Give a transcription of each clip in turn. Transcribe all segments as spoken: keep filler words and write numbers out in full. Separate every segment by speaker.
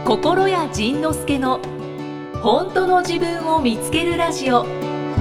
Speaker 1: 心谷仁之助の本当の自分を見つけるラジオ。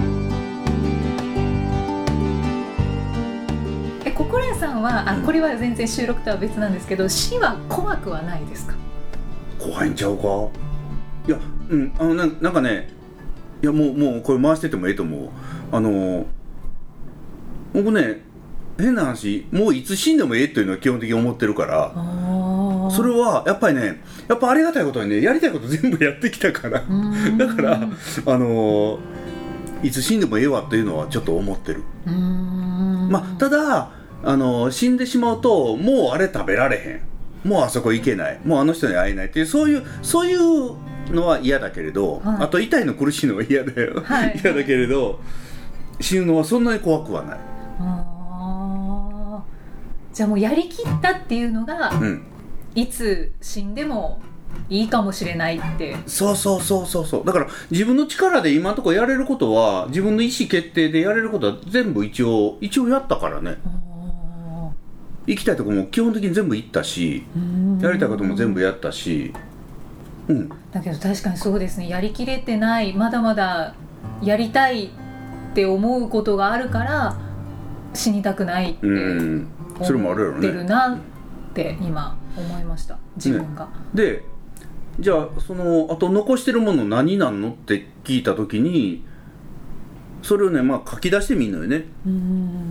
Speaker 1: え心谷さんはあこれは全然収録とは別なんですけど、死は怖くはないですか？
Speaker 2: 怖いんちゃうか。いや、うん、あの な, なんかねいやもうもうこれ回しててもええと思う。あの僕ね変な話もういつ死んでもええというのは基本的に思ってるから、それはやっぱりねやっぱありがたいことにねやりたいこと全部やってきたからだからあのいつ死んでもええわっていうのはちょっと思ってる。うーん、まあ、ただあの死んでしまうともうあれ食べられへん、もうあそこ行けない、もうあの人に会えないっていうそういうそういうのは嫌だけれど、はい、あと痛いの苦しいのは嫌だよ、はい、嫌だけれど死ぬのはそんなに怖くはない。
Speaker 1: あ、じゃあもうやりきったっていうのが、うん、いつ死んでもいいかもしれないって。
Speaker 2: そうそうそうそうそう。だから自分の力で今のところやれることは自分の意思決定でやれることは全部一応一応やったからね。行きたいとこも基本的に全部行ったし、やりたいことも全部やったし、うん、
Speaker 1: だけど確かにそうですね、やりきれてない、まだまだやりたいって思うことがあるから死にたくないって思ってるなって今思いました自分が、ね、
Speaker 2: でじゃあそのあと残してるもの何なんのって聞いた時にそれをね、まあ、書き出してみるのよね。うん、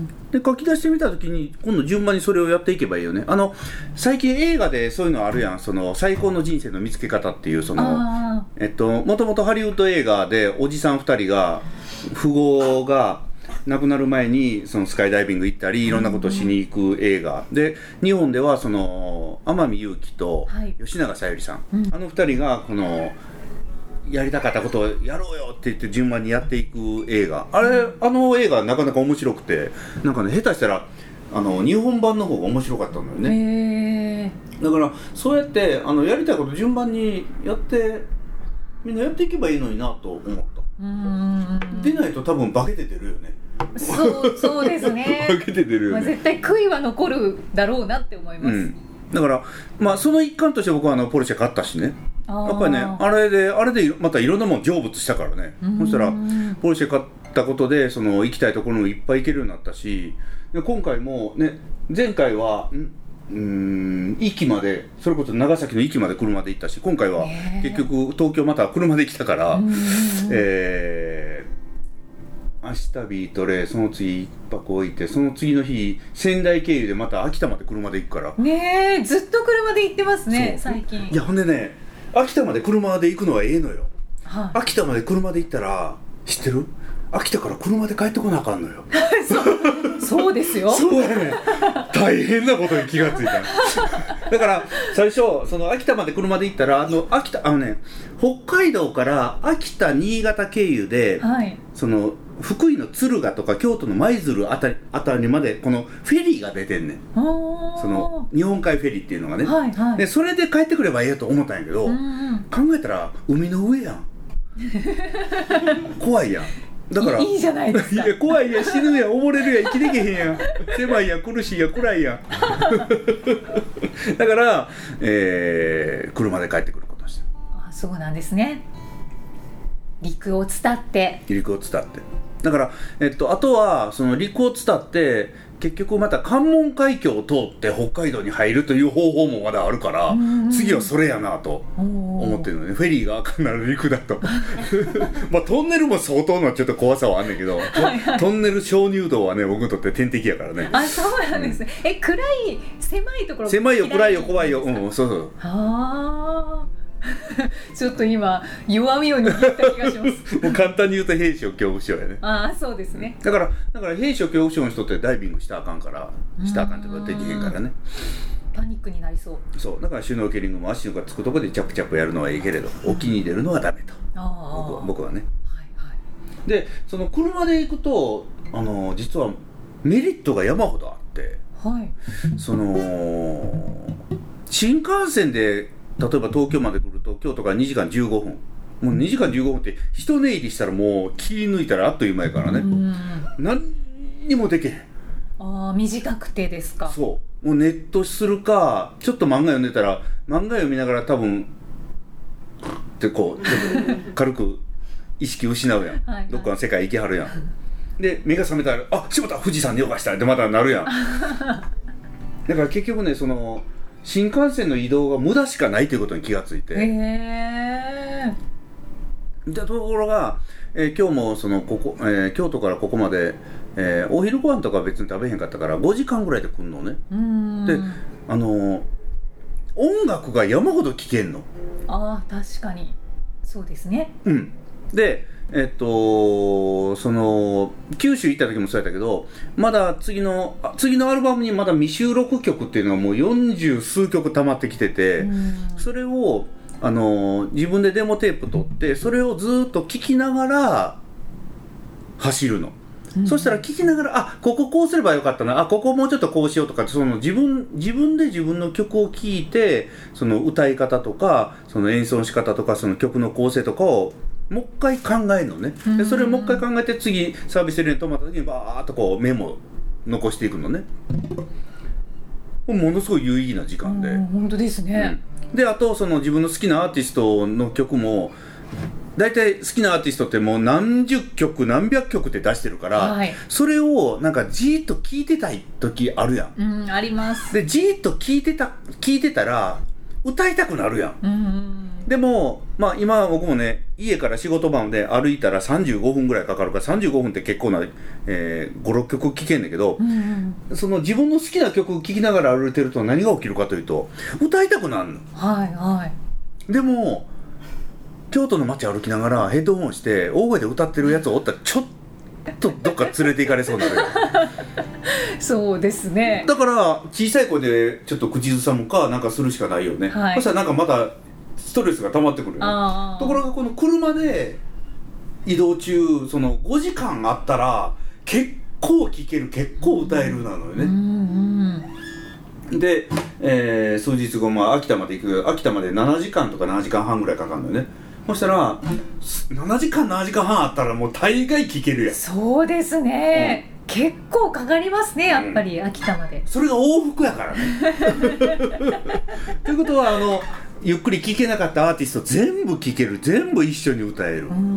Speaker 2: で書き出してみた時に今度順番にそれをやっていけばいいよね。あの最近映画でそういうのあるやん、その最高の人生の見つけ方っていうそのえっともともとハリウッド映画でおじさんふたりが富豪が亡くなる前にそのスカイダイビング行ったりいろんなことをしに行く映画、うん、で日本ではその天海祐希と吉永小百合さん、はい、あのふたりがこのやりたかったことをやろうよって言って順番にやっていく映画、あれあの映画なかなか面白くて、なんかね下手したらあの日本版の方が面白かったんだよね。へー、だからそうやってあのやりたいこと順番にやってみんなやっていけばいいのになと思った。うーん、出ないと多分化けて出るよね。
Speaker 1: そうそうですね
Speaker 2: 化けて出るよね、
Speaker 1: まあ、絶対悔いは残るだろうなって思います、うん、
Speaker 2: だからまあその一環として僕はあのポルシェ買ったしね、やっぱりねあれであれでまたいろんなもん成仏したからね。そしたらポルシェ買ったことでその行きたいところにいっぱい行けるようになったし、で今回もね前回はんうーん壱岐までそれこそ長崎の壱岐まで車で行ったし、今回は結局東京また車で来たから、えー明日ビートレその次一泊置いてその次の日仙台経由でまた秋田まで車で行くから
Speaker 1: ねえ、ずっと車で行ってますね最近。
Speaker 2: いやほんでね秋田まで車で行くのはええのよ、はあ、秋田まで車で行ったら知ってる？秋田から車で帰ってこなあかんのよ
Speaker 1: そう、そうですよ
Speaker 2: そうやね大変なことに気がついただから最初その秋田まで車で行ったらあの秋田あのね北海道から秋田新潟経由で、はい、その福井の敦賀とか京都の舞鶴あたり、あたりまでこのフェリーが出てんねん。その日本海フェリーっていうのがね、はいはい、でそれで帰ってくればいいやと思ったんやけど、うんうん、考えたら海の上やん怖いやん。だから
Speaker 1: い, いいじゃないですか。
Speaker 2: いや怖いやん、死ぬやん、溺れるやん、生きてけへんやん、狭いやん、苦しいやん、暗いやんだから、えー、車で帰ってくることをした。
Speaker 1: あ、そうなんですね。陸を伝って
Speaker 2: 陸を伝ってだから、えっと、あとはその陸を伝って結局また関門海峡を通って北海道に入るという方法もまだあるから、次はそれやなと思ってるのね。フェリーがあかんなら陸だとまあトンネルも相当なちょっと怖さはあんねんけどはい、はい、トンネル鍾乳洞はね僕にとって天敵やからね。
Speaker 1: あ、そうなんですね、うん、え暗い狭いところ
Speaker 2: 狭いよ暗いよ怖いよ、うん、そうそう。
Speaker 1: あちょっと今弱みを握った気がします
Speaker 2: もう簡単に言うと兵所恐怖症やね。
Speaker 1: ああそうですね。
Speaker 2: だからだから兵所恐怖症の人ってダイビングしたらあかんからしたらあかんってことはできへんからね。
Speaker 1: パニックになりそう。
Speaker 2: そうだからシュノーケリングも足がつくとこでチャプチャプやるのはいいけれど沖に出るのはダメと、あ僕は僕はね、はいはい、でその車で行くとあの実はメリットが山ほどあって、はい、その新幹線で例えば東京まで来ると京都からにじかんじゅうごふん、もうにじかんじゅうごふんって一寝入りしたらもう気抜いたらあっという間やからね。何にもできへん。
Speaker 1: ああ短くてですか。
Speaker 2: そうもうネットするかちょっと漫画読んでたら漫画読みながら多分ってこう軽く意識失うやんはい、はい、どっかの世界行きはるやんで目が覚めたらあしまった富士山に逃したってまたなるやんだから結局ねその新幹線の移動が無駄しかないということに気がついてへーでところが、えー、今日もそのここ、えー、京都からここまで、えー、お昼ご飯とか別に食べへんかったからごじかんぐらいで来るのねであのー、音楽が山ほど聴けんの
Speaker 1: ああ確かにそうですね
Speaker 2: うんでえっとその九州行った時もそうやったけどまだ次の次のアルバムにまだ未収録曲っていうのがもうよんじゅう数曲溜まってきててそれをあの自分でデモテープ取ってそれをずっと聴きながら走るの、うん、そしたら聴きながらあこここうすればよかったなあここもうちょっとこうしようとかその自分自分で自分の曲を聴いてその歌い方とかその演奏の仕方とかその曲の構成とかをもう一回考えるのねでそれをもう一回考えて次サービスエリアに止まった時にバーッとこうメモ残していくのねものすごい有意義な時間で
Speaker 1: 本当ですね、
Speaker 2: うん、であとその自分の好きなアーティストの曲も大体好きなアーティストってもう何十曲何百曲って出してるから、はい、それをなんかじーっと聴いてたい時あるや
Speaker 1: ん、うん、あります
Speaker 2: でじーっと聴いてた聴いてたら歌いたくなるやん、うんうんでも、まあ今僕もね、家から仕事場まで歩いたらさんじゅうごふんぐらいかかるから、さんじゅうごふんって結構な、えー、ご、ろっきょく聴けんだけど、うんうん、その自分の好きな曲聴きながら歩いてると何が起きるかというと、歌いたくなるの。
Speaker 1: はいはい。
Speaker 2: でも、京都の街歩きながらヘッドホンして大声で歌ってるやつをおったらちょっとどっか連れて行かれそうになるよ。
Speaker 1: そうですね。
Speaker 2: だから小さい声でちょっと口ずさむかなんかするしかないよね。はい、そしたらなんかまたストレスが溜まってくるよね。ところがこの車で移動中そのごじかんあったら結構聴ける結構歌えるなのよね。うんうん、で、えー、数日後、まあ、秋田まで行く秋田までななじかんとかななじかんはんぐらいかかるのよね。そしたらななじかんななじかんはんあったらもう大概聴けるやん。
Speaker 1: そうですね、うん、結構かかりますねやっぱり、うん、秋田まで。それが
Speaker 2: 往復やからね。ということはあのゆっくり聴けなかったアーティスト全部聴ける全部一緒に歌える、うんうんうん、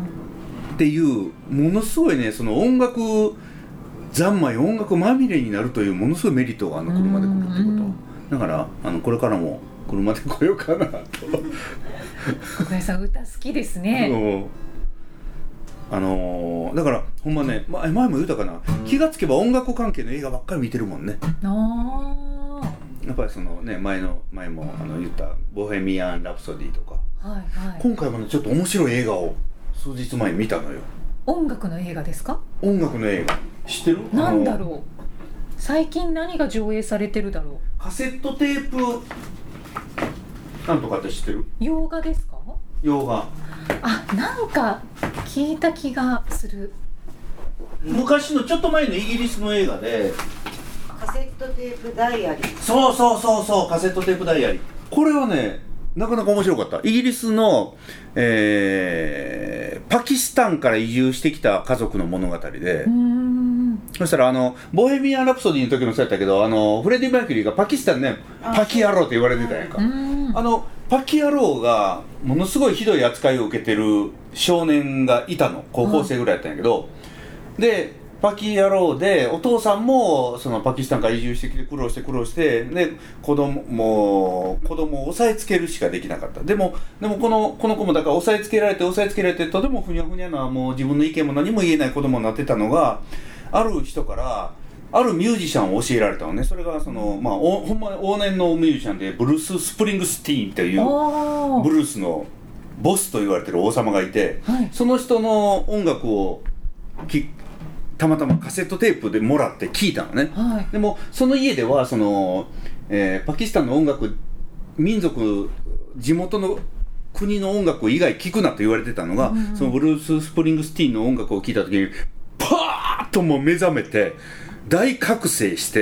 Speaker 2: っていうものすごいねその音楽三昧音楽まみれになるというものすごいメリットがあの車で来るってこと、うんうん、だからあのこれからも車で来ようかなと。
Speaker 1: 小林さん歌好きですね。
Speaker 2: あのー、だからほんまね、ま、前も言うたかな、気がつけば音楽関係の映画ばっかり見てるもんね。あやっぱりそのね前の前もあの言ったボヘミアン・ラプソディとか、はいはい、今回もねちょっと面白い映画を数日前に見たのよ。
Speaker 1: 音楽の映画ですか？
Speaker 2: 音楽の映画知ってる？
Speaker 1: なんだろう、最近何が上映されてるだろう。
Speaker 2: カセットテープなんとかって知ってる？
Speaker 1: 洋画ですか？
Speaker 2: 洋画。
Speaker 1: あ、なんか聞いた気がする。
Speaker 2: 昔のちょっと前のイギリスの映画で
Speaker 3: カセットテープダイアリー。
Speaker 2: そうそうそうそう、カセットテープダイアリー。これはねなかなか面白かった。イギリスの、えー、パキスタンから移住してきた家族の物語で、うーん、そしたらあのボヘミアン・ラプソディの時もそうやったけど、あのフレディ・マーキュリーがパキスタンねパキ野郎って言われてたやんか。あのパキ野郎がものすごいひどい扱いを受けてる少年がいたの。高校生ぐらいやったんやけど、でパキ野郎でお父さんもそのパキスタンから移住してきて苦労して苦労してで子供も子供を押さえつけるしかできなかった。でもでもこのこの子もだから押さえつけられて押さえつけられてとてもふにゃふにゃなもう自分の意見も何も言えない子供になってたのが、ある人からあるミュージシャンを教えられたのね。それがそのまあおほんまに往年のミュージシャンでブルース・スプリングスティーンというブルースのボスと言われてる王様がいて、はい、その人の音楽をきたまたまカセットテープでもらって聴いたのね、はい、でもその家ではその、えー、パキスタンの音楽民族地元の国の音楽以外聴くなと言われてたのが、うんうん、そのブルース・スプリングスティーンの音楽を聴いた時にパーッともう目覚めて大覚醒して、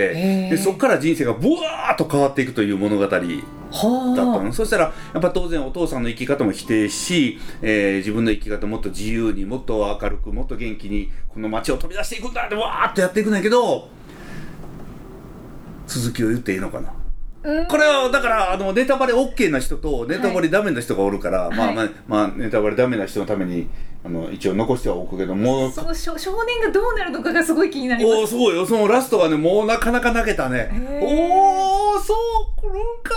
Speaker 2: でそこから人生がブワーッと変わっていくという物語だったの。そしたらやっぱ当然お父さんの生き方も否定し、えー、自分の生き方もっと自由にもっと明るくもっと元気にこの街を飛び出していくんだってわーっとやっていくんだけど、続きを言っていいのかな。
Speaker 1: うん、
Speaker 2: これはだからあのネタバレ OK な人とネタバレダメな人がおるから、はい、まあまあ、まあ、ネタバレダメな人のためにあの一応残してはおくけども、
Speaker 1: その少年がどうなるのかがすごい気になります。
Speaker 2: おそうよ、そのラストはねもうなかなか泣けたね。おおそうくるんか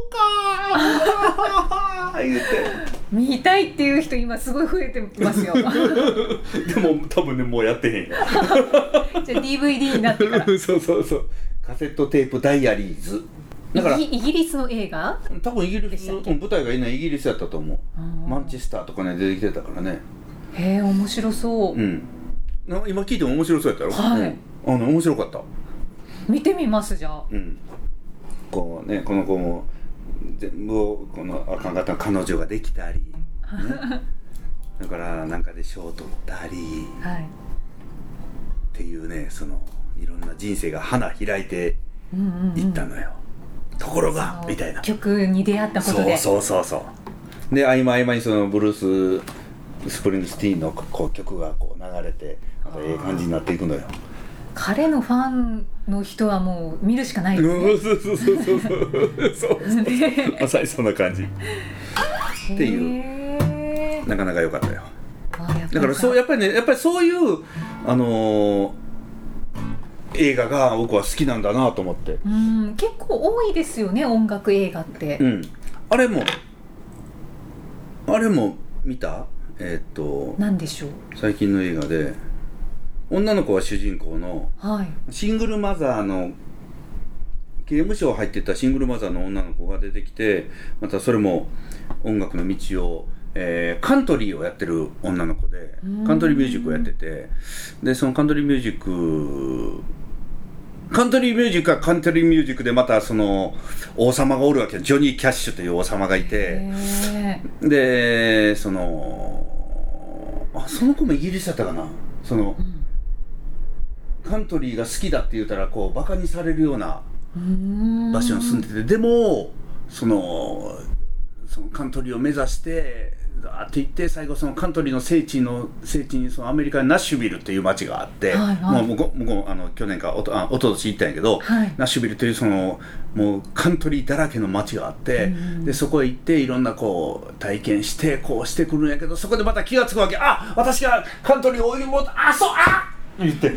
Speaker 2: そうか言って
Speaker 1: 見たいっていう人今すごい増えてますよ。
Speaker 2: でも多分ねもうやってへんよ。
Speaker 1: じゃあ ディーブイディー になってから
Speaker 2: そうそうそう、カセットテープダイアリーズだから
Speaker 1: イギリスの映画
Speaker 2: 多分イギリスの舞台がいいのはイギリスやったと思う。マンチェスターとかね出てきてたからね。
Speaker 1: へえ面白そう、
Speaker 2: うん、今聞いても面白そうやったろ。
Speaker 1: はい、
Speaker 2: うん、あの面白かった。
Speaker 1: 見てみますじゃあ、
Speaker 2: うん、こうねこの子も全部をこのあかんかった彼女ができたり、ね、だからなんかで賞を取ったり、はい、っていうねそのいろんな人生が花開いていったのよ、うんうんうん、ところがみたいな
Speaker 1: 曲に出会ったことで
Speaker 2: そうそうそうそうで合間合間にそのブルーススプリングスティーンのこう曲がこう流れてなんかええ感じになっていくのよ。
Speaker 1: 彼のファンの人はもう見るしかないですね。
Speaker 2: そうそうそうそうそうまさにそんな感じっていうなかなか良かったよ。だからそうやっぱりねやっぱりそういうあのー、映画が僕は好きなんだなと思って。
Speaker 1: うん結構多いですよね音楽映画って。
Speaker 2: うんあれもあれも見た？えー、っと
Speaker 1: 何でしょう
Speaker 2: 最近の映画で女の子は主人公のシングルマザーの刑務所入ってたシングルマザーの女の子が出てきてまたそれも音楽の道を、えー、カントリーをやってる女の子でカントリーミュージックをやっててでそのカントリーミュージックカントリーミュージックはカントリーミュージックでまたその王様がおるわけジョニー・キャッシュという王様がいてでそのあその子もイギリスだったかなその、うん、カントリーが好きだって言ったらこうバカにされるような場所に住んでてでもそのそのカントリーを目指してだって言って最後そのカントリーの聖地の聖地にそのアメリカにナッシュビルっていう街があって、はいはい、もう向こう向こうあの去年かおとあおととし行ったんやけど、はい、ナッシュビルというそのもうカントリーだらけの街があって、うん、でそこへ行っていろんなこう体験してこうしてくるんやけどそこでまた気がつくわけあ私がカントリーを追いもうあそうあ言って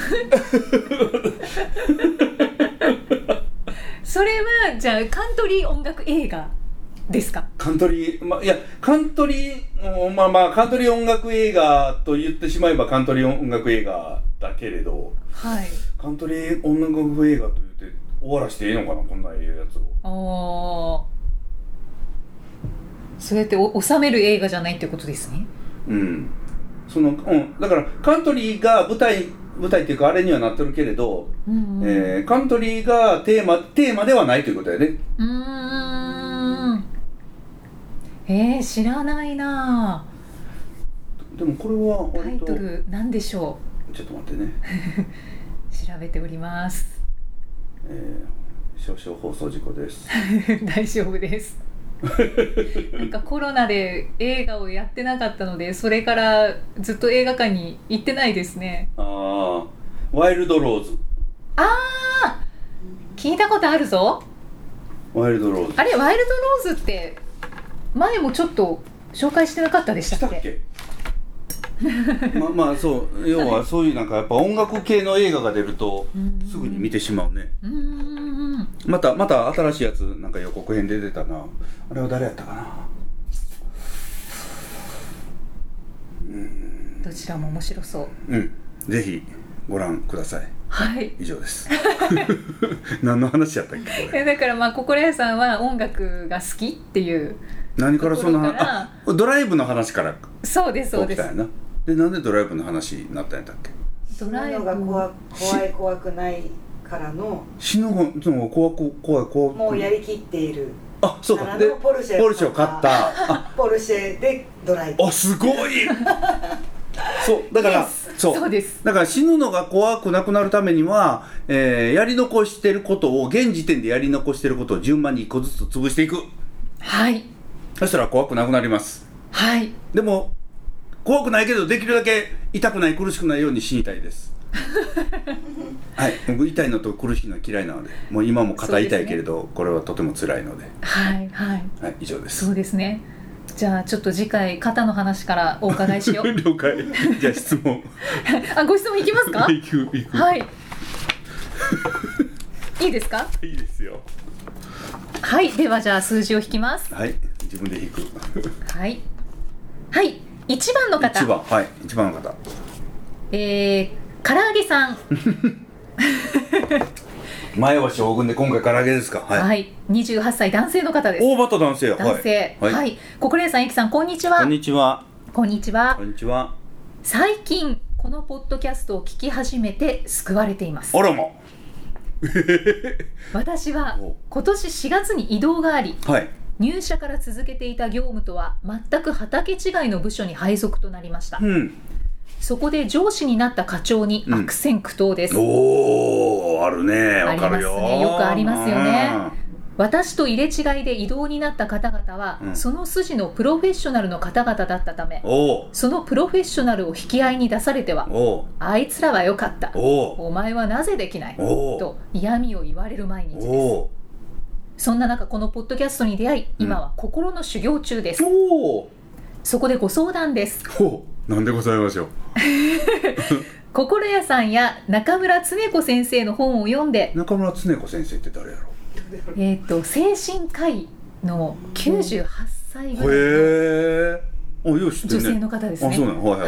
Speaker 1: それはじゃあカントリー音楽映画ですか？
Speaker 2: カントリー、ま、いやカントリー、まあまあカントリー音楽映画と言ってしまえばカントリー音楽映画だけれど、はい、カントリー音楽映画と言って終わらしていいのかなこんなええやつを。
Speaker 1: ああ、そうやってお収める映画じゃないってことですね。
Speaker 2: うん、そのうんだからカントリーが舞台舞台っていうかあれにはなってるけれど、うんうんえー、カントリーがテーマテーマではないということだよね。
Speaker 1: うーんえー、知らないな。
Speaker 2: でもこれは
Speaker 1: タイトル何でしょ
Speaker 2: う。ちょっと待ってね
Speaker 1: 調べております、
Speaker 2: えー、少々放送事故です
Speaker 1: 大丈夫ですなんかコロナで映画をやってなかったのでそれからずっと映画館に行ってないですね。
Speaker 2: ああワイルドローズ
Speaker 1: ああ聞いたことあるぞ。
Speaker 2: ワイルドローズ
Speaker 1: あれワイルドローズって前もちょっと紹介してなかったでしたっけ？
Speaker 2: したっけま, まあそう要はそういうなんかやっぱ音楽系の映画が出るとすぐに見てしまうね。うーんまたまた新しいやつなんか予告編で出たな。あれは誰やったかな。
Speaker 1: うんどちらも面白そう。
Speaker 2: うんぜひご覧ください。
Speaker 1: はい
Speaker 2: 以上です何の話やったっけこれ。
Speaker 1: だからまあ心屋さんは音楽が好きっていう
Speaker 2: 何からそんなあドライブの話から
Speaker 1: そうですそうです。
Speaker 2: でなんでドライブの話になったんだっけ。
Speaker 3: ドライブが怖怖い怖くないからの
Speaker 2: 死ぬのが怖く怖い怖く
Speaker 3: もうやりきっている。
Speaker 2: あそうかで
Speaker 3: ポルシェ
Speaker 2: ポルシェを買った
Speaker 3: あポルシェでドライブ。
Speaker 2: あすごいそうだから、
Speaker 1: yes、そう、そうです
Speaker 2: だから死ぬのが怖くなくなるためには、えー、やり残してることを現時点でやり残してることを順番にいっこずつ潰していく。
Speaker 1: はい
Speaker 2: そしたら怖くなくなります。
Speaker 1: はい
Speaker 2: でも怖くないけどできるだけ痛くない苦しくないように死にたいですはい、僕痛いのと苦しいの嫌いなので、もう今も肩痛いけれど、ね、これはとても辛いので、
Speaker 1: はいはい、
Speaker 2: はい、以上です。
Speaker 1: そうですね。じゃあちょっと次回肩の話からお伺いしよう。
Speaker 2: 了解。じゃあ質問。
Speaker 1: あ、ご質問いきますか？
Speaker 2: いくいく。
Speaker 1: はい。いいですか？
Speaker 2: いいですよ。
Speaker 1: はい、ではじゃあ数字を引きます。
Speaker 2: はい、自分で引く。
Speaker 1: はいはい、いちばんの方。
Speaker 2: いちばん、はい、いちばんの方。
Speaker 1: えー、唐揚げさん。
Speaker 2: 前は将軍で今回唐揚げですか？はい、
Speaker 1: はい、にじゅうはっさい男性の方です。
Speaker 2: 大バタ男性。
Speaker 1: 男性、はい、はい、心屋さん、ゆきさん、こんにちは。
Speaker 2: こんにちは。
Speaker 1: こんにちは。
Speaker 2: こんにちは。
Speaker 1: 最近このポッドキャストを聞き始めて救われています。
Speaker 2: あらま。
Speaker 1: 私は今年しがつに異動があり、
Speaker 2: はい、
Speaker 1: 入社から続けていた業務とは全く畑違いの部署に配属となりました。
Speaker 2: うん、
Speaker 1: そこで上司になった課長に悪戦苦闘です。
Speaker 2: うん、おー、あるね。わかるよ。
Speaker 1: ありますね。よくありますよね。私と入れ違いで異動になった方々は、うん、その筋のプロフェッショナルの方々だったため、そのプロフェッショナルを引き合いに出されては、あいつらは良かった、お前はなぜできないと嫌味を言われる毎日です。そんな中、このポッドキャストに出会い、今は心の修行中です。おそこでご相談です。
Speaker 2: おなんでございましょう。
Speaker 1: 心屋さんや中村恒子先生の本を読んで。
Speaker 2: 中村恒子先生って誰やろ？
Speaker 1: えー、と精神科医のきゅうじゅうはっさいぐらいの女性の方ですね。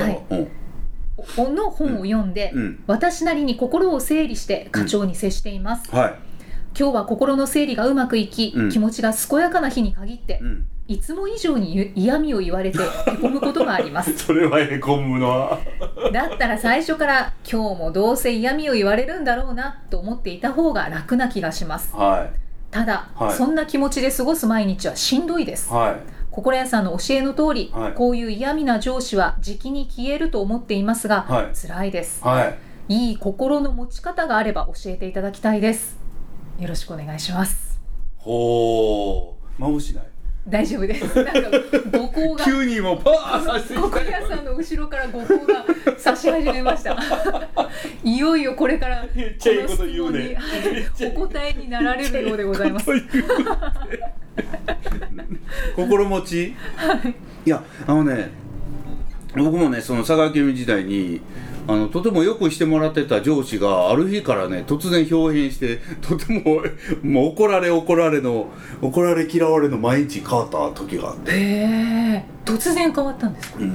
Speaker 1: の本を読んで、うん、私なりに心を整理して課長に接しています、うんはい、今日は心の整理がうまくいき、うん、気持ちが健やかな日に限って、うん、いつも以上に嫌味を言われてへこむことがあります。
Speaker 2: それはへこむな。
Speaker 1: だったら最初から今日もどうせ嫌味を言われるんだろうなと思っていた方が楽な気がします、はい、ただ、はい、そんな気持ちで過ごす毎日はしんどいです、はい、心屋さんの教えの通り、はい、こういう嫌味な上司はじきに消えると思っていますが、はい、辛いです、はい、いい心の持ち方があれば教えていただきたいです。よろしくお願いします。
Speaker 2: ほー、眩しない？
Speaker 1: 大丈夫です。なんか五光が
Speaker 2: 急にもうパーッ刺して
Speaker 1: 心屋さんの後ろから五光が刺し始めました。いよいよこれからこの質問にお答えになられるようでございます。
Speaker 2: 心持ち、はい、いやあのね、僕もねその佐川急便時代にあのとてもよくしてもらってた上司がある日からね突然表変して、とてももう怒られ怒られの怒られ嫌われの毎日変わった時があって。
Speaker 1: へー、突然変わったんですか？うん、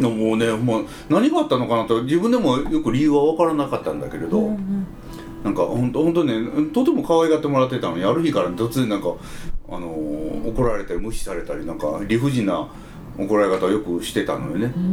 Speaker 2: もうね、もう何があったのかなと自分でもよく理由は分からなかったんだけれど、うんうん、なんか本当本当ねとても可愛がってもらってたのに、ある日から突然なんかあのー、怒られたり無視されたり、なんか理不尽な怒られ方をよくしてたのよね。うん、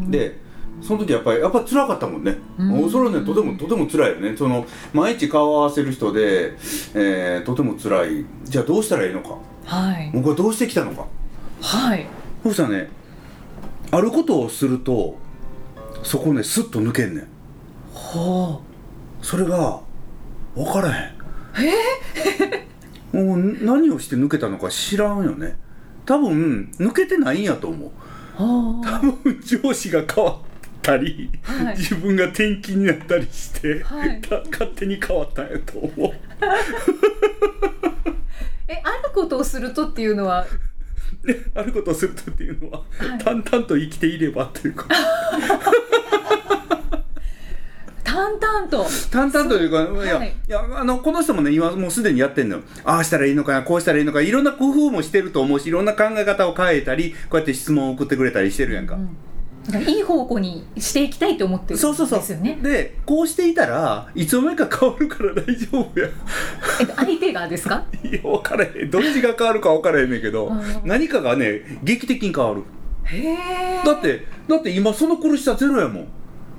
Speaker 2: でその時やっぱりやっぱ辛かったもんね。うん、それはねとてもとても辛いよね。その毎日顔を合わせる人で、えー、とても辛い。じゃあどうしたらいいのか。はい。僕はどうしてきたのか。はい。そしたらね、あることをするとそこねスッと抜けんねん。はあ。それが分からへん。えー、もう何をして抜けたのか知らんよね。多分抜けてないんやと思う。はあ。多分上司が変わったり、はい、自分が転勤になったりして、はい、勝手に変わったんやと思う。
Speaker 1: え、あることをするとっていうのは
Speaker 2: あることをするとっていうのは、はい、淡々と生きていればというか
Speaker 1: 淡々と
Speaker 2: 淡々というか、いや、はい、いやあのこの人もね今もうすでにやってんのよ。ああしたらいいのかな、こうしたらいいのか、いろんな工夫もしてると思うし、いろんな考え方を変えたり、こうやって質問を送ってくれたりしてるやんか、うん、
Speaker 1: だからいい方向にしていきたいと思ってるんですよね。そうそうそう。
Speaker 2: でこうしていたらいつの間にか変わるから大丈夫や。
Speaker 1: えっと相手がですか？
Speaker 2: いや分からへん、どっちが変わるか分からへんねんけど何かがね劇的に変わる。へー。だってだって今その苦しさゼロやもん。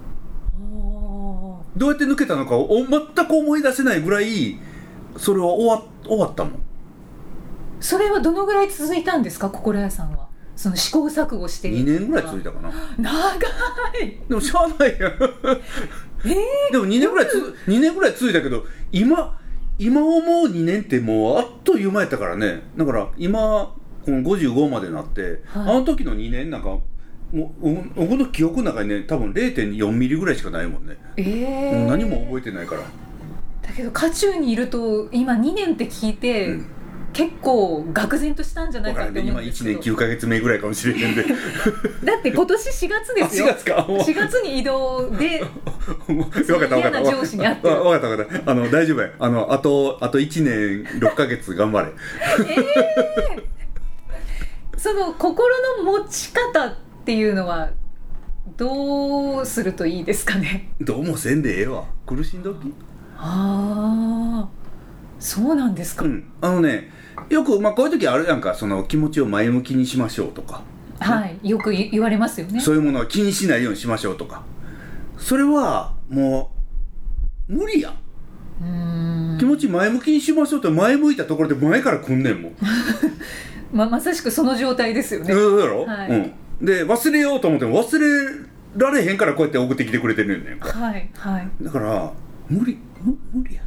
Speaker 2: どうやって抜けたのかを全く思い出せないぐらいそれは終わ、終わったもん。
Speaker 1: それはどのぐらい続いたんですか、心屋さんは。その試行錯誤して
Speaker 2: にねんぐらい続いたかな。
Speaker 1: 長い。
Speaker 2: でもしゃあないやん。えー、でもにねんぐらいつにねんぐらい続いたけど、今今思うにねんってもうあっという間やったからね。だから今このごじゅうごまでなって、はい、あの時のにねんなんかもう僕の記憶の中にね多分 れいてんよん ミリぐらいしかないもんね、
Speaker 1: えー、
Speaker 2: もう何も覚えてないから。
Speaker 1: だけど渦中にいると今にねんって聞いて、うん、結構愕然としたんじゃないかって思うんですけど、
Speaker 2: 今いちねんきゅうかげつめぐらいかもしれへんで
Speaker 1: だって今年しがつですよ。
Speaker 2: しがつか、
Speaker 1: しがつに移動で
Speaker 2: 分かった分かった
Speaker 1: 嫌な上司に会ってる。
Speaker 2: 分かった分かったあの大丈夫や、あのあとあといちねんろっかげつ頑張れ
Speaker 1: えー、その心の持ち方っていうのはどうするといいですかね。
Speaker 2: どうもせんでええわ、苦しんどき。
Speaker 1: ああ、そうなんですか。
Speaker 2: うん、あのねよく、まあ、こういう時あるやんか、その気持ちを前向きにしましょうとか、
Speaker 1: はい、よく言われますよね。
Speaker 2: そういうものは気にしないようにしましょうとか、それはもう無理やん。うーん、気持ち前向きにしましょうって前向いたところで前から来んねんもん
Speaker 1: ま, まさしくその状態ですよね。
Speaker 2: そうだろ、
Speaker 1: はい、
Speaker 2: うん、で忘れようと思っても忘れられへんからこうやって送ってきてくれてるんねんか、
Speaker 1: はいはい、
Speaker 2: だから無理無理や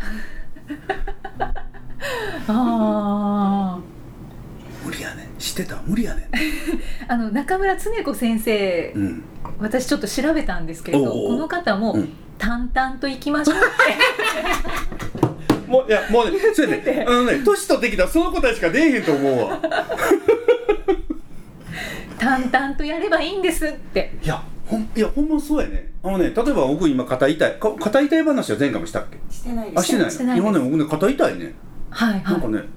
Speaker 1: あ
Speaker 2: 無理やねん、知ってた無理やねん
Speaker 1: あの中村恒子先生、うん、私ちょっと調べたんですけれど、この方も、うん、淡々といきましょうって
Speaker 2: もういやもうねそれねあのね年取ってきたらその答えしか出えへんと思うわ
Speaker 1: 淡々とやればいいんですって。
Speaker 2: いやほんいやほんまそうやね。あのね例えば僕今肩痛いか肩痛い話は前回もしたっけ。
Speaker 3: してないです。
Speaker 2: あしてない
Speaker 1: してない
Speaker 2: 今ね僕ね肩痛いね。
Speaker 1: はいはい。
Speaker 2: なんかね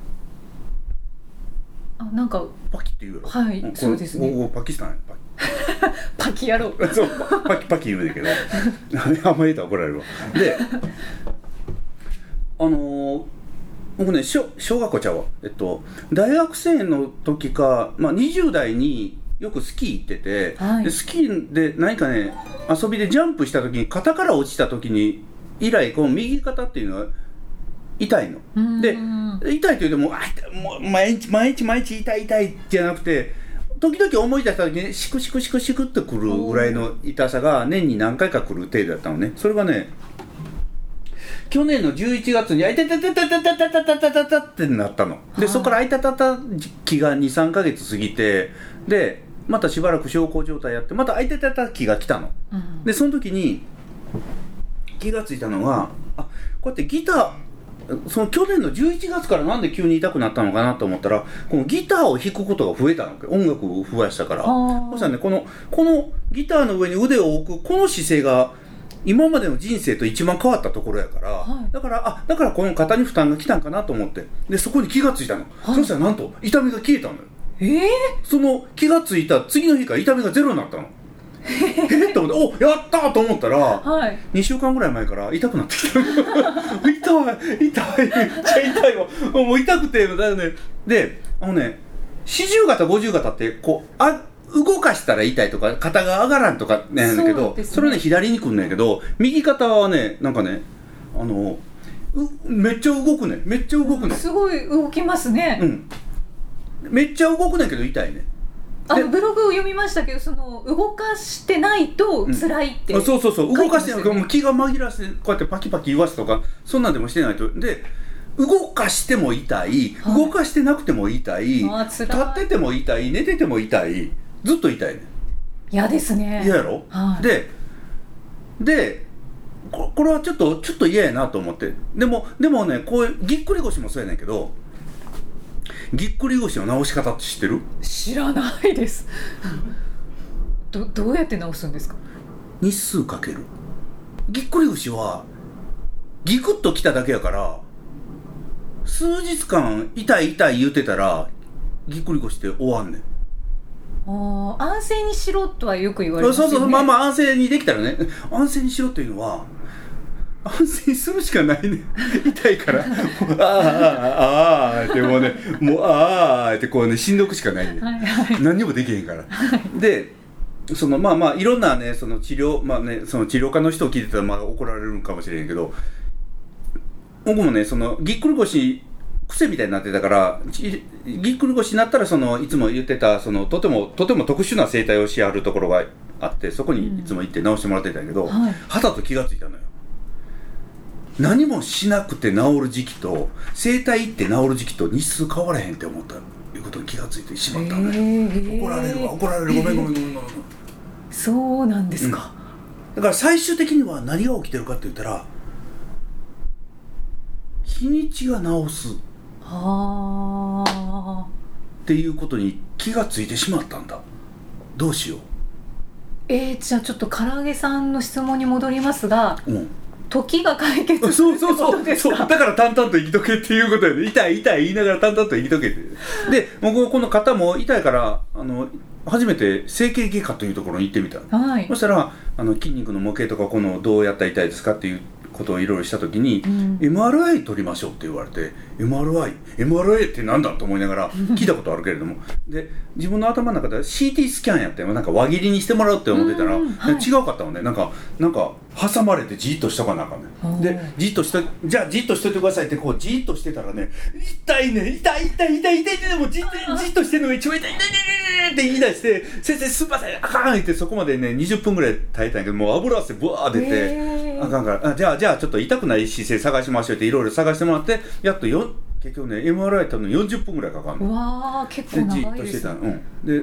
Speaker 1: あなんか
Speaker 2: パキって言うやろ。
Speaker 1: はい、うん、そうですね。
Speaker 2: おおパキスタンパキ
Speaker 1: パキ野郎
Speaker 2: そうパキパキ言うねんけどあんまり言うと怒られるわ。であのー、僕ね小小学校ちゃうわえっと大学生の時か、まあ、にじゅう代によくスキー行ってて、はい、でスキーで何かね遊びでジャンプした時に肩から落ちた時に以来この右肩っていうのは痛いので痛いというともうあもう毎日毎日毎日痛い痛いじゃなくて時々思い出した時にシクシクシクシクってくるぐらいの痛さが年に何回か来る程度だったのね。それがね去年のじゅういちがつにあいたたたたたたたたたたたってなったので、そこからあいたたた期が にさんかげつ過ぎてでまたしばらく小康状態やってまたあいたたた期が来たの、うん、でその時に気がついたのがあこうやってギターその去年のじゅういちがつからなんで急に痛くなったのかなと思ったらこのギターを弾くことが増えたの音楽を増やしたからそしたらねこのこのギターの上に腕を置くこの姿勢が今までの人生と一番変わったところやから、はい、だからあだからこの肩に負担が来たんかなと思ってでそこに気がついたの、はい、そしたらなんと痛みが消えたのよ。
Speaker 1: えー、
Speaker 2: その気がついた次の日から痛みがゼロになったのえっと思っておやったと思ったら、はい、にしゅうかんぐらい前から痛くなってきた痛い痛いめっちゃ痛いわもう痛くてだよね。であのね四十肩五十肩ってこうあ動かしたら痛いとか肩が上がらんとかなんだけど そ,、ね、それね左に来るんだけど右肩はねなんかねあのめっちゃ動くねめっちゃ動くね
Speaker 1: すごい動きますね。
Speaker 2: うんめっちゃ動くねんけど痛いね。
Speaker 1: あのブログを読みましたけどその動かしてないと辛いって、
Speaker 2: うん、そうそうそう動かしてないと気が紛らわせてこうやってパキパキ言わすとかそんなんでもしてないとで動かしても痛い、はい、動かしてなくても痛い立ってても痛い寝てても痛いずっと痛いね。
Speaker 1: 嫌ですね。
Speaker 2: 嫌やろ、はい、でで こ, これはちょっとちょっと嫌やなと思ってでもでもねこういうぎっくり腰もそうやねんけどぎっくり腰の治し方って知ってる？
Speaker 1: 知らないですど, どうやって治すんですか？
Speaker 2: 日数かける。ぎっくり腰はギクッときただけやから数日間痛い痛い言うてたらぎっくり腰って終わんねん。
Speaker 1: あ安静にしろとはよく言われますよね。
Speaker 2: そうそうまあまあ安静にできたらね安静にしろっていうのは安静するしかないね痛いからああああああってもうねもうああってこうねしんどくしかないね、はいはい、何にもできへんから、はい、でそのまあまあいろんなねその治療まあねその治療家の人を聞いてたらまあ怒られるかもしれへんけど僕もねそのぎっくり腰癖みたいになってたからぎっくり腰になったらそのいつも言ってたそのとてもとても特殊な整体をしあるところがあってそこにいつも行って治してもらってたんやけど、うんはい、はたと気がついたのよ。何もしなくて治る時期と整体行って治る時期と日数変わらへんって思った。 いうことに気がついてしまったんだよ、えー、怒られるわ怒られるごめんごめんごめんごめん、えー、
Speaker 1: そうなんですか、
Speaker 2: うん、だから最終的には何が起きてるかって言ったら日にちが直す
Speaker 1: はあ
Speaker 2: っていうことに気がついてしまったんだ。どうしよう。
Speaker 1: えー、じゃあちょっと唐揚げさんの質問に戻りますが、うん、時が解決するってことですか？
Speaker 2: そうそうそうそう、だから淡々と生きとけっていうことで、ね、痛い痛い言いながら淡々と生きとけってで僕この肩も痛いからあの初めて整形外科というところに行ってみた、はい、そしたらあの筋肉の模型とかこのどうやったら痛いですかっていうことをいろいろしたときに、うん、エムアールアイ 取りましょうって言われて エムアールアイ エムアールアイ ってなんだと思いながら聞いたことあるけれどもで自分の頭の中で シーティー スキャンやってなんか輪切りにしてもらうって思ってたら、うんはい、違うかったのね。なんかなんか挟まれてじっとしとかなあかんね。でじっとしてじゃあじっとしといてくださいってこうじっとしてたらね痛いね痛い痛い痛い痛い痛いでもじっとじっとしてるのが一番痛い痛い痛い痛いって言い出して先生すいませんあかんってそこまでねにじゅっぷんぐらい耐えたんやけどもう油汗ブワー出てあかんからあじゃあじゃあちょっと痛くない姿勢探しましょうっていろいろ探してもらってやっとよ結局ね エムアールアイ 取るのよんじゅっぷんぐらいかかるの。
Speaker 1: うわー結構長いですね。でじっとしてたの、うん、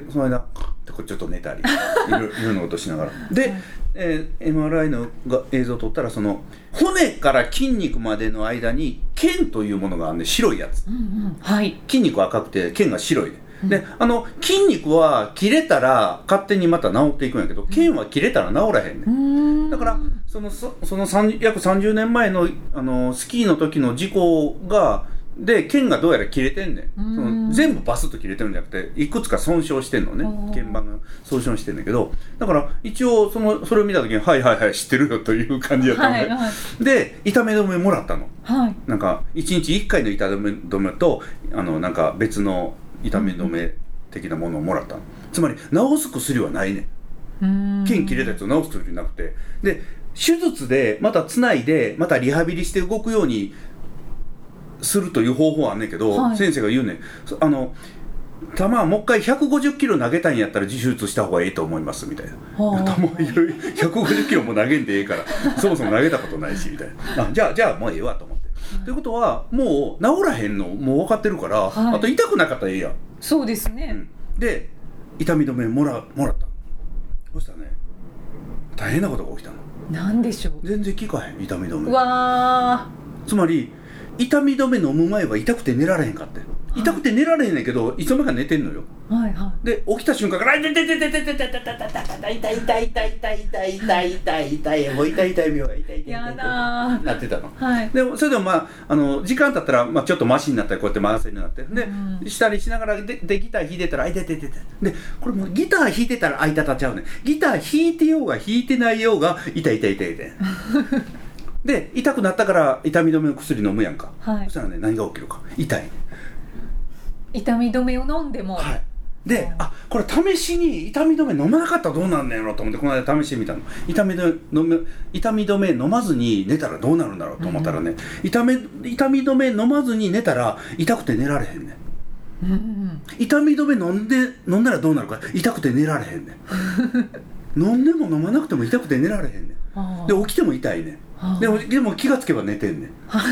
Speaker 1: でその間ってこうちょっと寝たりいろいろなことしながらで、はいえー、エムアールアイ のが映像を撮ったらその骨から筋肉までの間に腱というものがあるね白いやつ、 うんうんはい、
Speaker 2: 筋肉は赤くて腱が白いで、うん、であの筋肉は切れたら勝手にまた治っていくんやけど腱は切れたら治らへんね、うん、だからそのそその約さんじゅうねんまえ の, あのスキーの時の事故がで腱がどうやら切れてんねん、その全部バスッと切れてるんじゃなくていくつか損傷してんのね腱板が損傷してんだけどだから一応 そ, のそれを見た時にはいはいはい知ってるよという感じだったのね、はいはい、で痛め止めもらったの、はい、なんかいちにちいっかいの痛め止めとあのなんか別の痛め止め的なものをもらったの、つまり治す薬はないねん。腱切れたやつを治す薬なくてで手術でまたつないでまたリハビリして動くようにするという方法はあんねんけど、はい、先生が言うねんあの球はもう一回ひゃくごじゅっキロ投げたいんやったら手術した方がいいと思いますみたいな。球いろいろひゃくごじゅっキロも投げんでええからそもそも投げたことないしみたいなあじゃあじゃあもうええわと思って、はい、ということはもう治らへんのもう分かってるから、はい、あと痛くなかったらええやん。
Speaker 1: そうですね、
Speaker 2: うん、で痛み止めもら、もらったそしたらね大変なことが起きたの。
Speaker 1: なんでしょう。
Speaker 2: 全然効かへん痛み止め。
Speaker 1: うわ
Speaker 2: つまり痛み止め飲む前は痛くて寝られへんかって、はい、痛くて寝られへんねんけどいつの間にか寝てんのよ、はいはい、で起きた瞬間から痛い痛い痛い痛い痛い痛い痛い痛い痛い痛い痛い痛い痛い痛い痛い痛い痛い痛いもう痛い痛い病が痛い痛い痛いなってたの、はい、でもそれでもまああの時間経ったら、まあ、ちょっとマシになったりこうやって回せるようになってで、うん、したりしながらででギター弾いてたらあ痛い痛い痛い痛いでこれもうギター弾いてたらあ痛たちゃうねん。ギター弾いてようが弾いてないようが痛い痛い痛い痛いで痛くなったから痛み止めの薬飲むやんか、はい、そしたらね何が起きるか痛い、ね、
Speaker 1: 痛み止めを飲んでも、
Speaker 2: はい、であこれ試しに痛み止め飲まなかったらどうなんねんやろと思ってこの間試してみたの。痛み止め飲め痛み止め飲まずに寝たらどうなるんだろうと思ったらね、うん、痛み痛み止め飲まずに寝たら痛くて寝られへんねん、うん、痛み止め飲んで飲んだらどうなるか痛くて寝られへんねん飲んでも飲まなくても痛くて寝られへんねんで起きても痛いねんでも、でも気がつけば寝てんねん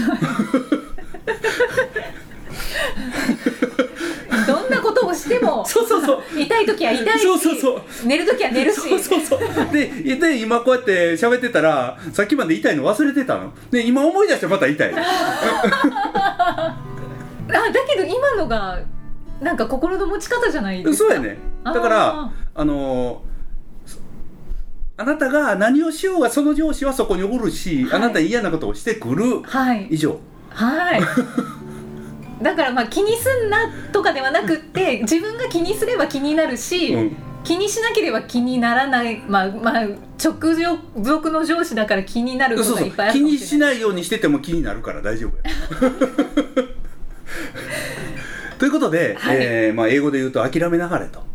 Speaker 1: どんなことをしても
Speaker 2: そうそうそう
Speaker 1: 痛い時は痛いしそうそうそう寝る時は寝るし
Speaker 2: そうそうそうで, で今こうやって喋ってたらさっきまで痛いの忘れてたので今思い出してまた痛いあ
Speaker 1: だけど今のがなんか心の持ち方じゃないですか。
Speaker 2: そうやね。だからあのあなたが何をしようがその上司はそこにおるし、はい、あなたに嫌なことをしてくる、はい、以上
Speaker 1: はいだからまあ気にすんなとかではなくって自分が気にすれば気になるし、うん、気にしなければ気にならない、まあまあ、直属の上司だから気になることがいっぱいあるかもしれない。
Speaker 2: 気にしないようにしてても気になるから大丈夫やということで、はいえーまあ、英語で言うと諦めなはれと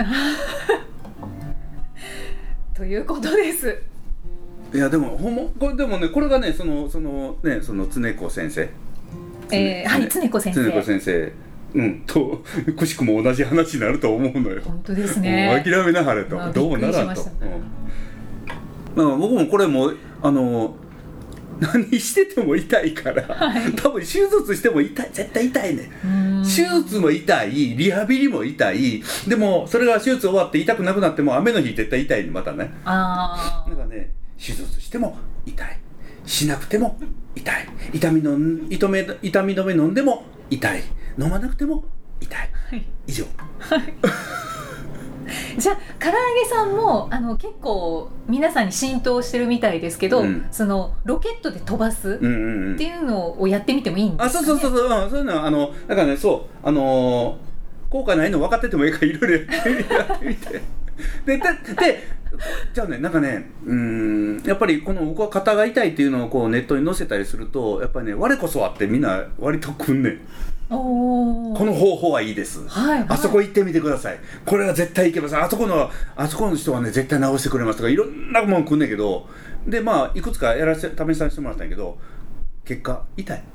Speaker 1: ということです。
Speaker 2: いやでもほんまこれでもねこれがねそのそのねその常子先生、
Speaker 1: えー、はい常子先生
Speaker 2: 常子先生うんとくしくも同じ話になると思うのよ。
Speaker 1: 本当ですね。
Speaker 2: 諦めなはれと、まあ、どうならんと。うんまあ、僕もこれもあの何してても痛いから、はい、多分手術しても痛い絶対痛いね。うん手術も痛い、リハビリも痛い、でもそれが手術終わって痛くなくなっても雨の日絶対痛いにまたね。
Speaker 1: あ
Speaker 2: なんかね、手術しても痛い、しなくても痛い、痛みの痛み痛み止め飲んでも痛い、飲まなくても痛い、はい、以上。はい
Speaker 1: じゃあ唐揚げさんもあの結構皆さんに浸透してるみたいですけど、うん、そのロケットで飛ばすっていうのをやってみてもいいんですかね。
Speaker 2: あ、そうそうそうそう、そういうのはあのだからね、そうあのー、効果ないの分かっててもいいからいろいろやってみてでででじゃあね、なんかね、うーんやっぱりこの僕は肩が痛いっていうのをこうネットに載せたりすると、やっぱりね、我こそはってみんな割と来んねん。おこの方法はいいです、はいはい、あそこ行ってみてください、これは絶対行けます、あそこのあそこの人はね絶対直してくれますとか、いろんなもん来んねんけど、でまあいくつかやらせ試させてもらったんやけど、結果痛い。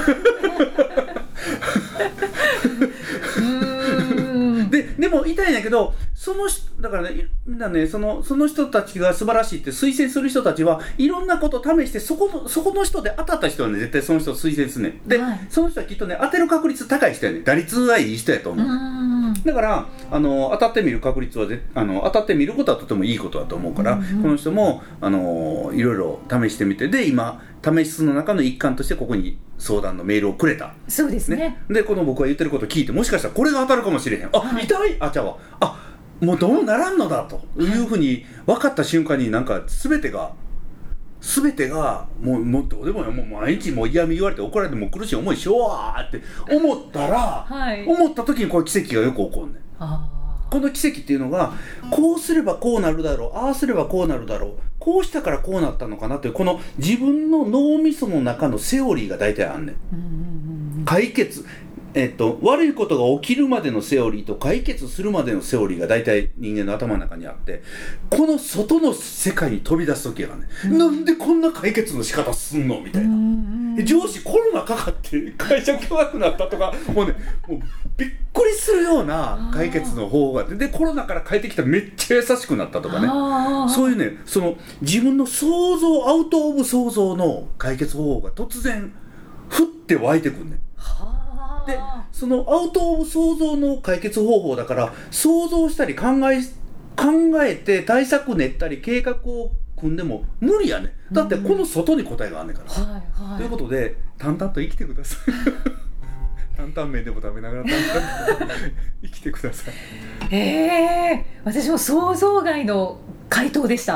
Speaker 2: うーんででも痛いんやけど、そのだからね、みんなね、そのその人たちが素晴らしいって推薦する人たちはいろんなことを試して、そこのそこの人で当たった人はね絶対その人を推薦するねん。で、はい、その人はきっとね当てる確率高い人やねん。打率はいい人やと思う。うんだからあの当たってみる確率はぜあの当たってみることはとてもいいことだと思うから、うんうん、この人もあのいろいろ試してみて、で今試しの中の一環としてここに相談のメールをくれた。
Speaker 1: そうです ね, ね
Speaker 2: でこの僕が言ってることを聞いて、もしかしたらこれが当たるかもしれへん、あ、はい、痛い、あ、ちゃうわ、あ、もうどうならんのだというふうに分かった瞬間に、なんか全てが全てがもう、もうどうでもよ、もう毎日もう嫌味言われて怒られても苦しい思いしようわって思ったら、はい、思った時にこう奇跡がよく起こるね。あこの奇跡っていうのが、こうすればこうなるだろう、ああすればこうなるだろう、こうしたからこうなったのかなという、この自分の脳みその中のセオリーが大体あんねん。うんうんうん、解決、えっと、悪いことが起きるまでのセオリーと解決するまでのセオリーが大体人間の頭の中にあって、この外の世界に飛び出す時がね、うん、なんでこんな解決の仕方すんのみたいな、うんうん、上司コロナかかって会社弱くなったとか、もうね、もうびっくりするような解決の方法があって、でコロナから帰ってきたらめっちゃ優しくなったとかね、そういうね、その自分の想像、アウトオブ想像の解決方法が突然ふって湧いてくるね。でそのアウトオブ想像の解決方法だから、想像したり考え考えて対策練ったり計画を組んでも無理やね。だってこの外に答えがあんねんから、うんはいはい、ということで淡々と生きてください。担々麺でも食べながら淡々と生きてください。
Speaker 1: えー、私も想像外の回答でした。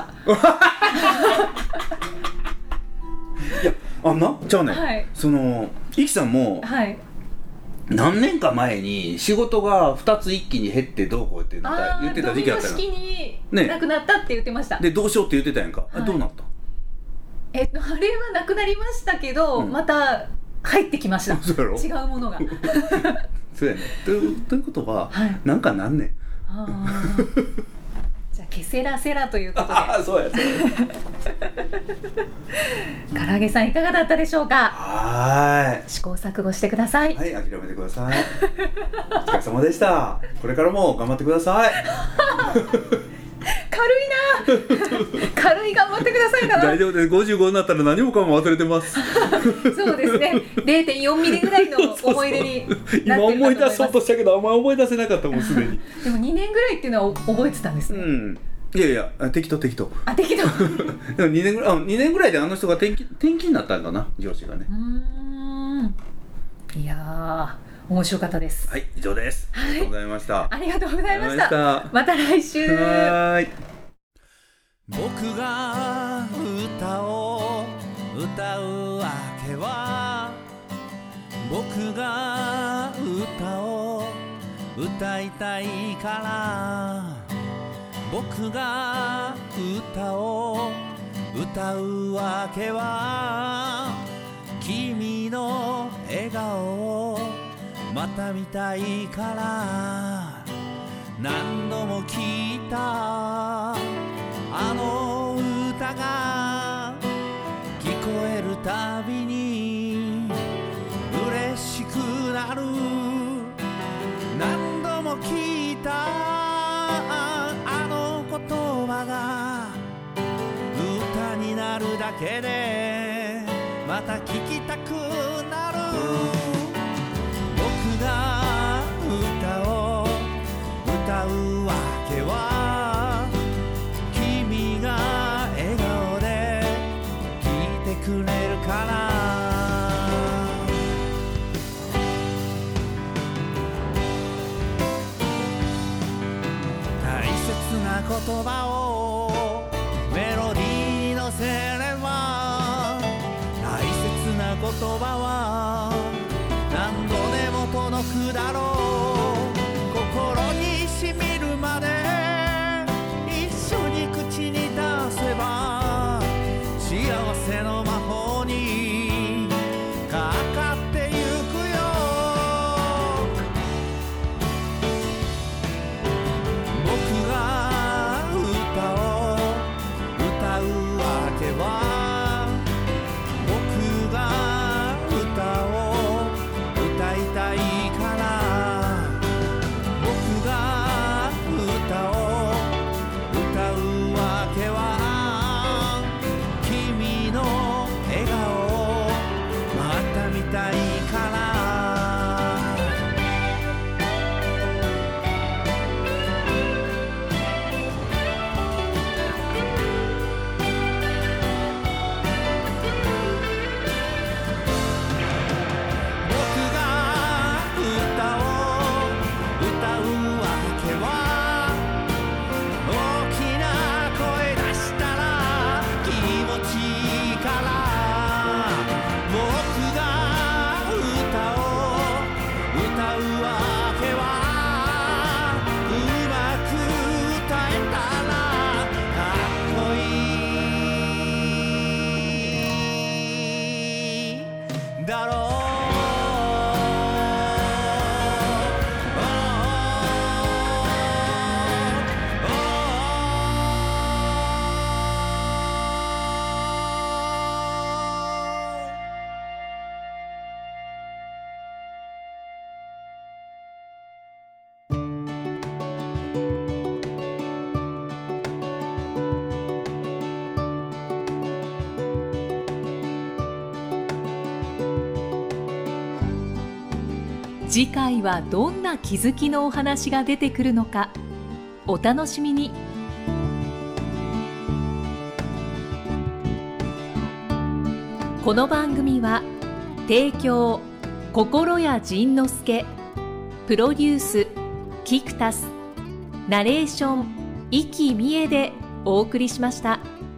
Speaker 2: いや、あんなじゃあね、はい、そのイキさんも、はい、何年か前に仕事がふたつ一気に減ってどうこうって言ってた時期あったよ。
Speaker 1: ドミノ式になくなったって言ってました、ね、
Speaker 2: でどうしようって言ってたやんか、はい、どうなった？
Speaker 1: えっとあれはなくなりましたけど、うん、また入ってきました。違うものが。
Speaker 2: そうやね。という、ということは、はい、なんかなんねん。あ
Speaker 1: じゃあケセラセラということで。
Speaker 2: ああ、そうやそうや。
Speaker 1: 唐揚げさんいかがだったでしょうか。
Speaker 2: はい。
Speaker 1: 試行錯誤してください。
Speaker 2: はい、諦めてください。お疲れ様でした。これからも頑張ってください。
Speaker 1: 軽いな。軽い、頑張ってくださいな。
Speaker 2: 大丈夫です。ごじゅうごになったら何もかも忘れてます。
Speaker 1: そうですね。れいてんよん ミリぐらいの思い出になってるかと思います。今
Speaker 2: 思い出そうとしたけどあんま思い出せなかったもんすでに。
Speaker 1: でもにねんぐらいっていうのは覚えてたんですね。うん。
Speaker 2: いやいや、適当適当。
Speaker 1: あ、適当。
Speaker 2: でもにねんぐらい、あ、にねんぐらいであの人が転勤転勤になったんかな、上司がね。うー
Speaker 1: ん。いやー。面白かったです。
Speaker 2: はい、以上です。ありがとうございました。
Speaker 1: ありがとうございました。また来週。はい。
Speaker 4: 僕が歌を歌うわけは、僕が歌を歌いたいから、僕が歌を歌うわけは、君の笑顔をまた見たいから、何度も聞いたあの歌が聞こえるたびに嬉しくなる。何度も聞いたあの言葉が歌になるだけでまた聞きたくなる。僕が葉をメロディーに乗せれば大切な言葉は何度でも届くだろう。心にしみるまで一緒に口に出せば幸せの魔法にかかってゆくよ。僕が歌を歌うわけは僕が歌を歌いたいから僕が歌を歌うわけは君の笑顔また見たいから僕が歌を歌うわけは大きな声出したら気持ちいいから僕が歌を歌うわけはうまく歌えたらかっこいいだろう。
Speaker 1: 次回はどんな気づきのお話が出てくるのかお楽しみに。この番組は提供心谷仁之助、プロデュースキクタス、ナレーション生きみえでお送りしました。